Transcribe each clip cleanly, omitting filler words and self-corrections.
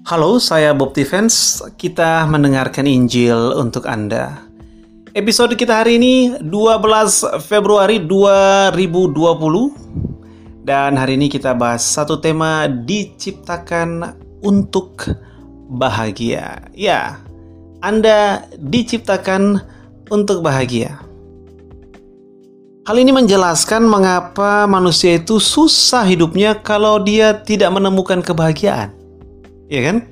Halo, saya Bob Defense. Kita mendengarkan Injil untuk Anda. Episode kita hari ini 12 Februari 2020. Dan hari ini kita bahas satu tema, diciptakan untuk bahagia. Ya, Anda diciptakan untuk bahagia. Hal ini menjelaskan mengapa manusia itu susah hidupnya kalau dia tidak menemukan kebahagiaan. Ya kan?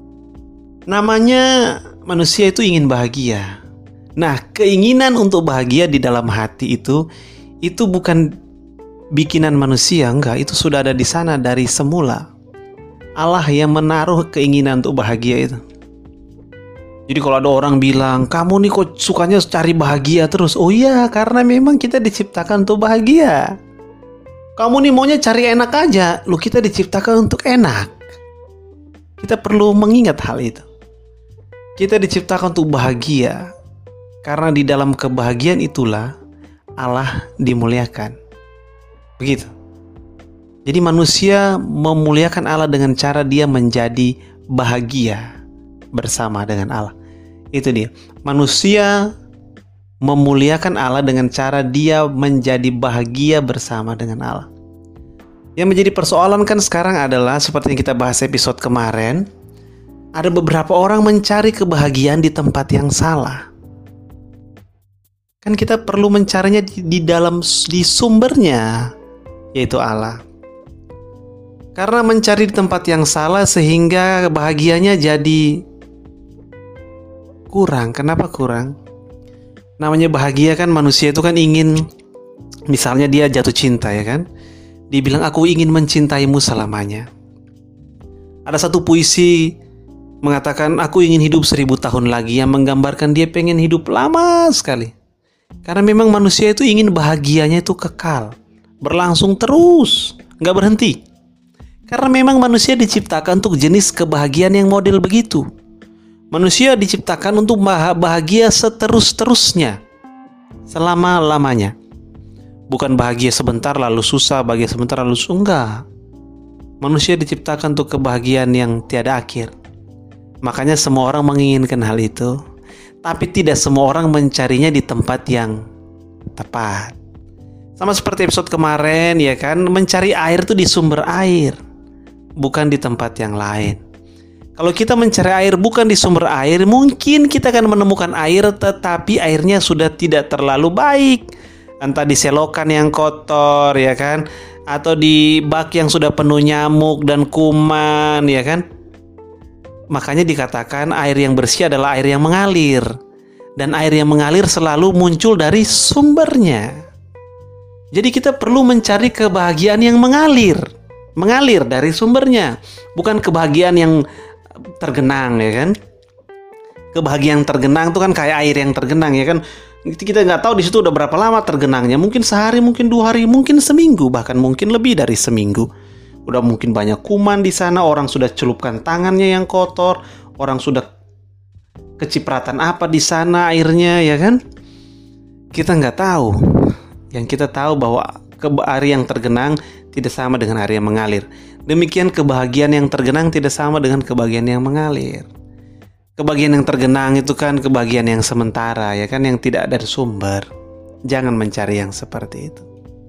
Namanya manusia itu ingin bahagia. Nah, keinginan untuk bahagia di dalam hati itu bukan bikinan manusia, enggak. Itu sudah ada di sana dari semula. Allah yang menaruh keinginan untuk bahagia itu. Jadi kalau ada orang bilang, kamu nih kok sukanya cari bahagia terus. Oh iya, karena memang kita diciptakan untuk bahagia. Kamu nih maunya cari enak aja. Loh, kita diciptakan untuk enak. Kita perlu mengingat hal itu. Kita diciptakan untuk bahagia. Karena di dalam kebahagiaan itulah Allah dimuliakan. Begitu. Jadi manusia memuliakan Allah dengan cara dia menjadi bahagia bersama dengan Allah. Itu dia. Manusia memuliakan Allah dengan cara dia menjadi bahagia bersama dengan Allah. Yang menjadi persoalan kan sekarang adalah seperti yang kita bahas episode kemarin, ada beberapa orang mencari kebahagiaan di tempat yang salah. Kan kita perlu mencarinya di sumbernya, yaitu Allah. Karena mencari di tempat yang salah sehingga bahagianya jadi kurang. Kenapa kurang? Namanya bahagia kan, manusia itu kan ingin, misalnya dia jatuh cinta, ya kan? Dia bilang, aku ingin mencintaimu selamanya. Ada satu puisi mengatakan, aku ingin hidup 1000 tahun lagi, yang menggambarkan dia pengen hidup lama sekali. Karena memang manusia itu ingin bahagianya itu kekal, berlangsung terus, gak berhenti. Karena memang manusia diciptakan untuk jenis kebahagiaan yang model begitu. Manusia diciptakan untuk bahagia seterus-terusnya, selama-lamanya. Bukan bahagia sebentar lalu susah, bahagia sebentar lalu enggak. Manusia diciptakan untuk kebahagiaan yang tiada akhir. Makanya semua orang menginginkan hal itu, tapi tidak semua orang mencarinya di tempat yang tepat. Sama seperti episode kemarin, ya kan, mencari air itu di sumber air, bukan di tempat yang lain. Kalau kita mencari air bukan di sumber air, mungkin kita akan menemukan air, tetapi airnya sudah tidak terlalu baik. Entah di selokan yang kotor, ya kan, atau di bak yang sudah penuh nyamuk dan kuman, ya kan. Makanya dikatakan air yang bersih adalah air yang mengalir. Dan air yang mengalir selalu muncul dari sumbernya. Jadi kita perlu mencari kebahagiaan yang mengalir. Mengalir dari sumbernya. Bukan kebahagiaan yang tergenang, ya kan. Kebahagiaan tergenang itu kan kayak air yang tergenang, ya kan. Kita nggak tahu di situ udah berapa lama tergenangnya. Mungkin sehari, mungkin 2 hari, mungkin seminggu, bahkan mungkin lebih dari seminggu. Udah mungkin banyak kuman di sana, orang sudah celupkan tangannya yang kotor, orang sudah kecipratan apa di sana airnya, ya kan? Kita nggak tahu. Yang kita tahu bahwa air yang tergenang tidak sama dengan air yang mengalir. Demikian kebahagiaan yang tergenang tidak sama dengan kebahagiaan yang mengalir. Kebahagiaan yang tergenang itu kan kebahagiaan yang sementara, ya kan, yang tidak ada sumber. Jangan mencari yang seperti itu.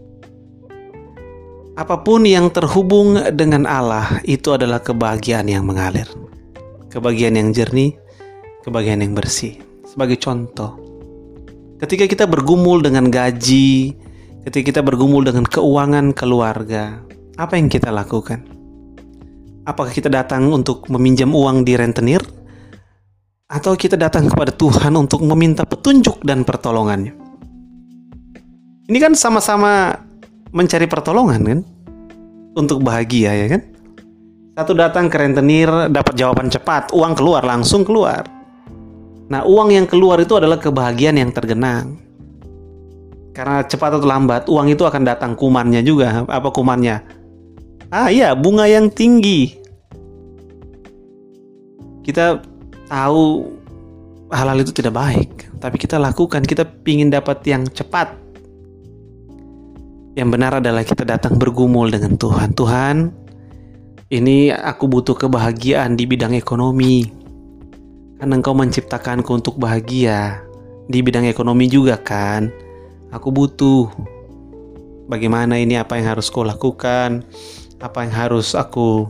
Apapun yang terhubung dengan Allah itu adalah kebahagiaan yang mengalir. Kebahagiaan yang jernih, kebahagiaan yang bersih. Sebagai contoh, ketika kita bergumul dengan gaji, ketika kita bergumul dengan keuangan keluarga, apa yang kita lakukan? Apakah kita datang untuk meminjam uang di rentenir? Atau kita datang kepada Tuhan untuk meminta petunjuk dan pertolongannya? Ini kan sama-sama mencari pertolongan kan? Untuk bahagia, ya kan? Satu datang ke rentenir, dapat jawaban cepat, uang keluar, langsung keluar. Nah, uang yang keluar itu adalah kebahagiaan yang tergenang. Karena cepat atau lambat, uang itu akan datang kumannya juga. Apa kumannya? Iya, bunga yang tinggi. Kita tahu hal-hal itu tidak baik, tapi kita lakukan, kita ingin dapat yang cepat. Yang benar adalah kita datang bergumul dengan Tuhan. Tuhan, ini aku butuh kebahagiaan di bidang ekonomi. Kan Engkau menciptakanku untuk bahagia di bidang ekonomi juga kan. Aku butuh. Bagaimana ini, apa yang harus Kau lakukan, apa yang harus aku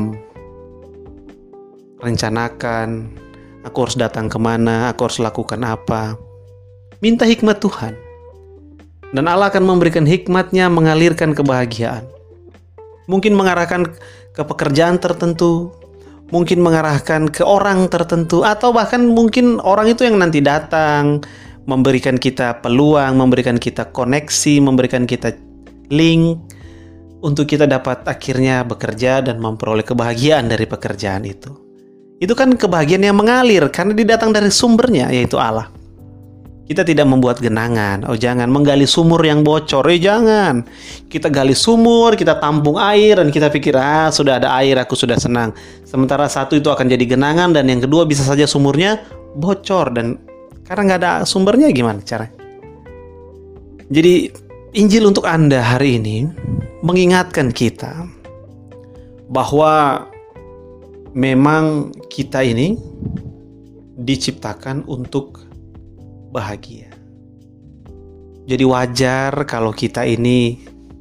rencanakan, aku harus datang kemana, aku harus lakukan apa. Minta hikmat Tuhan. Dan Allah akan memberikan hikmatnya mengalirkan kebahagiaan. Mungkin mengarahkan ke pekerjaan tertentu, mungkin mengarahkan ke orang tertentu, atau bahkan mungkin orang itu yang nanti datang, memberikan kita peluang, memberikan kita koneksi, memberikan kita link, untuk kita dapat akhirnya bekerja dan memperoleh kebahagiaan dari pekerjaan itu. Itu kan kebahagiaan yang mengalir, karena dia datang dari sumbernya, yaitu Allah. Kita tidak membuat genangan. Oh jangan, menggali sumur yang bocor. Jangan. Kita gali sumur, kita tampung air, dan kita pikir, sudah ada air, aku sudah senang. Sementara satu itu akan jadi genangan, dan yang kedua bisa saja sumurnya bocor. Dan karena nggak ada sumbernya, gimana caranya? Jadi Injil untuk Anda hari ini mengingatkan kita bahwa memang kita ini diciptakan untuk bahagia. Jadi wajar kalau kita ini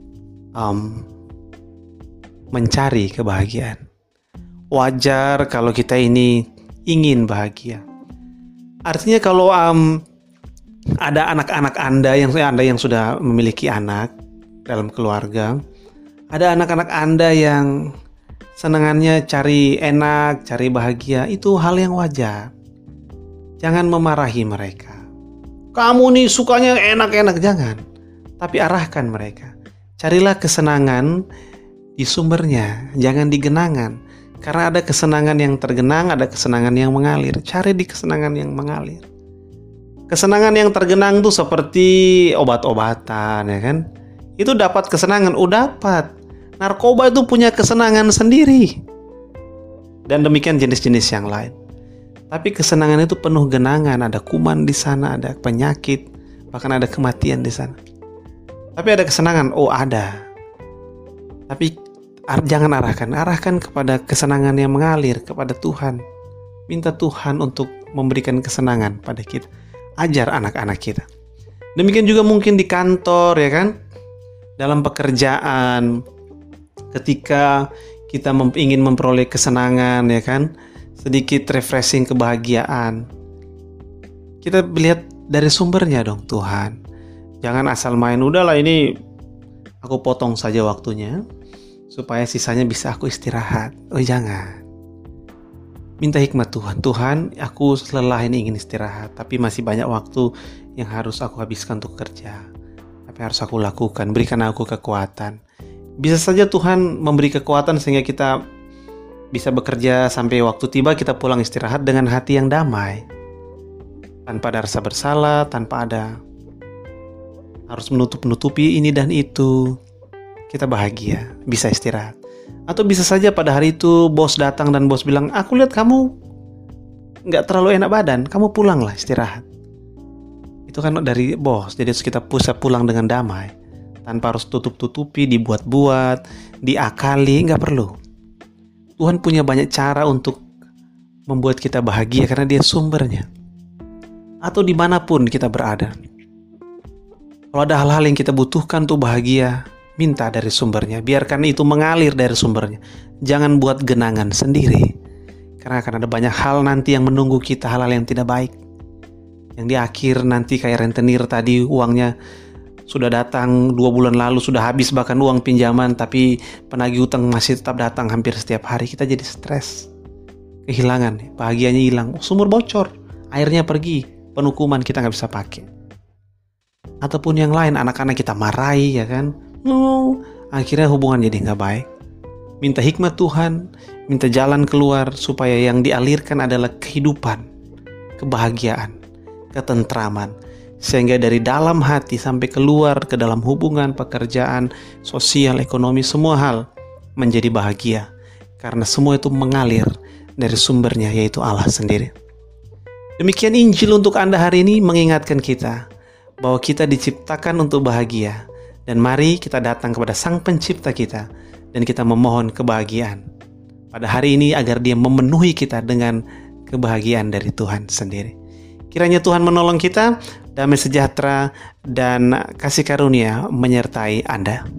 mencari kebahagiaan. Wajar kalau kita ini ingin bahagia. Artinya kalau ada anak-anak Anda yang sudah memiliki anak dalam keluarga, ada anak-anak Anda yang senangannya cari enak, cari bahagia, itu hal yang wajar. Jangan memarahi mereka. Kamu nih sukanya enak-enak, jangan. Tapi arahkan mereka. Carilah kesenangan di sumbernya, jangan di genangan. Karena ada kesenangan yang tergenang, ada kesenangan yang mengalir. Cari di kesenangan yang mengalir. Kesenangan yang tergenang tuh seperti obat-obatan, ya kan? Itu dapat kesenangan, dapat. Narkoba itu punya kesenangan sendiri. Dan demikian jenis-jenis yang lain. Tapi kesenangan itu penuh genangan, ada kuman di sana, ada penyakit, bahkan ada kematian di sana. Tapi ada kesenangan, ada. Tapi jangan arahkan kepada kesenangan yang mengalir, kepada Tuhan. Minta Tuhan untuk memberikan kesenangan pada kita. Ajar anak-anak kita. Demikian juga mungkin di kantor, ya kan? Dalam pekerjaan, ketika kita ingin memperoleh kesenangan, ya kan? Sedikit refreshing kebahagiaan. Kita lihat dari sumbernya dong, Tuhan. Jangan asal main, udahlah ini aku potong saja waktunya supaya sisanya bisa aku istirahat. Jangan. Minta hikmat Tuhan. Tuhan, aku lelah ini, ingin istirahat, tapi masih banyak waktu yang harus aku habiskan untuk kerja. Apa yang harus aku lakukan? Berikan aku kekuatan. Bisa saja Tuhan memberi kekuatan sehingga kita bisa bekerja sampai waktu tiba, kita pulang istirahat dengan hati yang damai, tanpa ada rasa bersalah, tanpa ada harus menutupi ini dan itu. Kita bahagia, bisa istirahat. Atau bisa saja pada hari itu bos datang dan bos bilang, aku lihat kamu nggak terlalu enak badan, kamu pulanglah istirahat. Itu kan dari bos, jadi kita bisa pulang dengan damai, tanpa harus tutup-tutupi, dibuat-buat, diakali, nggak perlu. Tuhan punya banyak cara untuk membuat kita bahagia karena Dia sumbernya. Atau dimanapun kita berada. Kalau ada hal-hal yang kita butuhkan untuk bahagia, minta dari sumbernya. Biarkan itu mengalir dari sumbernya. Jangan buat genangan sendiri. Karena akan ada banyak hal nanti yang menunggu kita, hal-hal yang tidak baik. Yang di akhir nanti kayak rentenir tadi, uangnya sudah datang 2 bulan lalu, sudah habis bahkan uang pinjaman, tapi penagih utang masih tetap datang hampir setiap hari. Kita jadi stres, kehilangan, bahagianya hilang, sumur bocor, airnya pergi, penuh kuman, kita nggak bisa pakai. Ataupun yang lain, anak-anak kita marahi, ya kan? Akhirnya hubungan jadi nggak baik. Minta hikmat Tuhan, minta jalan keluar supaya yang dialirkan adalah kehidupan, kebahagiaan, ketentraman. Sehingga dari dalam hati sampai keluar ke dalam hubungan, pekerjaan, sosial, ekonomi, semua hal menjadi bahagia. Karena semua itu mengalir dari sumbernya, yaitu Allah sendiri. Demikian Injil untuk Anda hari ini mengingatkan kita bahwa kita diciptakan untuk bahagia. Dan mari kita datang kepada Sang Pencipta kita dan kita memohon kebahagiaan pada hari ini agar dia memenuhi kita dengan kebahagiaan dari Tuhan sendiri. Kiranya Tuhan menolong kita, damai sejahtera dan kasih karunia menyertai Anda.